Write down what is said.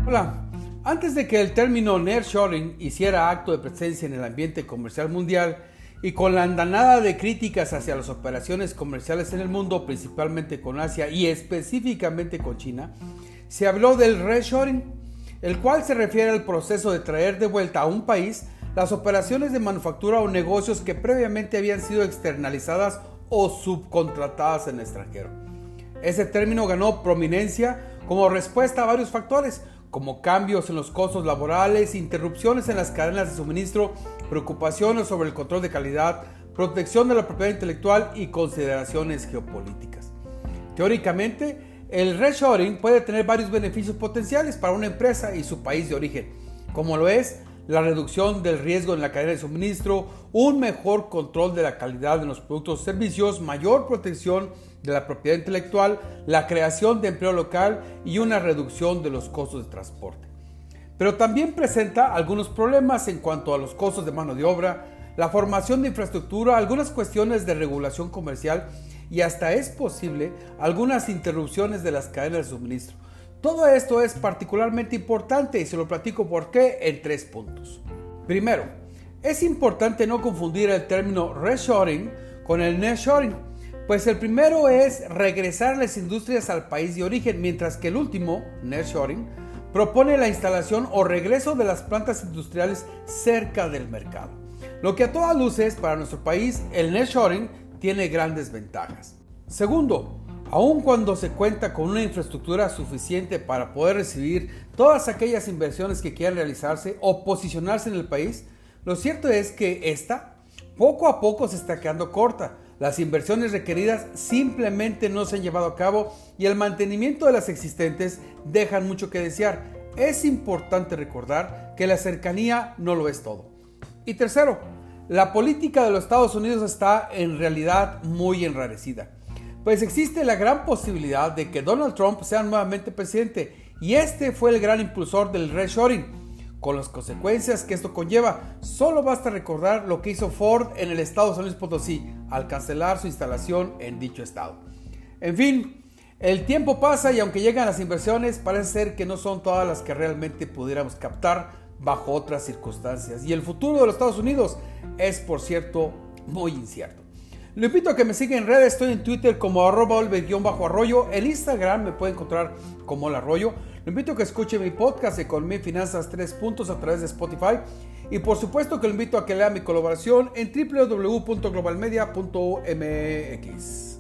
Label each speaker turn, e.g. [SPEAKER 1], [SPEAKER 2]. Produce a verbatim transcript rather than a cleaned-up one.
[SPEAKER 1] Hola, antes de que el término nearshoring hiciera acto de presencia en el ambiente comercial mundial y con la andanada de críticas hacia las operaciones comerciales en el mundo, principalmente con Asia y específicamente con China, se habló del reshoring, el cual se refiere al proceso de traer de vuelta a un país las operaciones de manufactura o negocios que previamente habían sido externalizadas o subcontratadas en el extranjero. Ese término ganó prominencia como respuesta a varios factores, como cambios en los costos laborales, interrupciones en las cadenas de suministro, preocupaciones sobre el control de calidad, protección de la propiedad intelectual y consideraciones geopolíticas. Teóricamente, el reshoring puede tener varios beneficios potenciales para una empresa y su país de origen, como lo es la reducción del riesgo en la cadena de suministro, un mejor control de la calidad de los productos o servicios, mayor protección de la propiedad intelectual, la creación de empleo local y una reducción de los costos de transporte. Pero también presenta algunos problemas en cuanto a los costos de mano de obra, la formación de infraestructura, algunas cuestiones de regulación comercial y hasta es posible algunas interrupciones de las cadenas de suministro. Todo esto es particularmente importante y se lo platico por qué en tres puntos. Primero, es importante no confundir el término reshoring con el nearshoring, pues el primero es regresar las industrias al país de origen, mientras que el último, nearshoring, propone la instalación o regreso de las plantas industriales cerca del mercado. Lo que a todas luces para nuestro país, el nearshoring tiene grandes ventajas. Segundo, aun cuando se cuenta con una infraestructura suficiente para poder recibir todas aquellas inversiones que quieran realizarse o posicionarse en el país, lo cierto es que esta poco a poco se está quedando corta. Las inversiones requeridas simplemente no se han llevado a cabo y el mantenimiento de las existentes dejan mucho que desear. Es importante recordar que la cercanía no lo es todo. Y tercero, la política de los Estados Unidos está en realidad muy enrarecida, pues existe la gran posibilidad de que Donald Trump sea nuevamente presidente y este fue el gran impulsor del reshoring, con las consecuencias que esto conlleva. Solo basta recordar lo que hizo Ford en el estado de San Luis Potosí al cancelar su instalación en dicho estado. En fin, el tiempo pasa y aunque llegan las inversiones, parece ser que no son todas las que realmente pudiéramos captar bajo otras circunstancias. Y el futuro de los Estados Unidos es, por cierto, muy incierto. Lo invito a que me siga en redes, estoy en Twitter como arroba olver-arroyo, en Instagram me puede encontrar como el arroyo. Lo invito a que escuche mi podcast Economía y Finanzas tres puntos a través de Spotify y por supuesto que lo invito a que lea mi colaboración en doble u doble u doble u punto global media punto m x.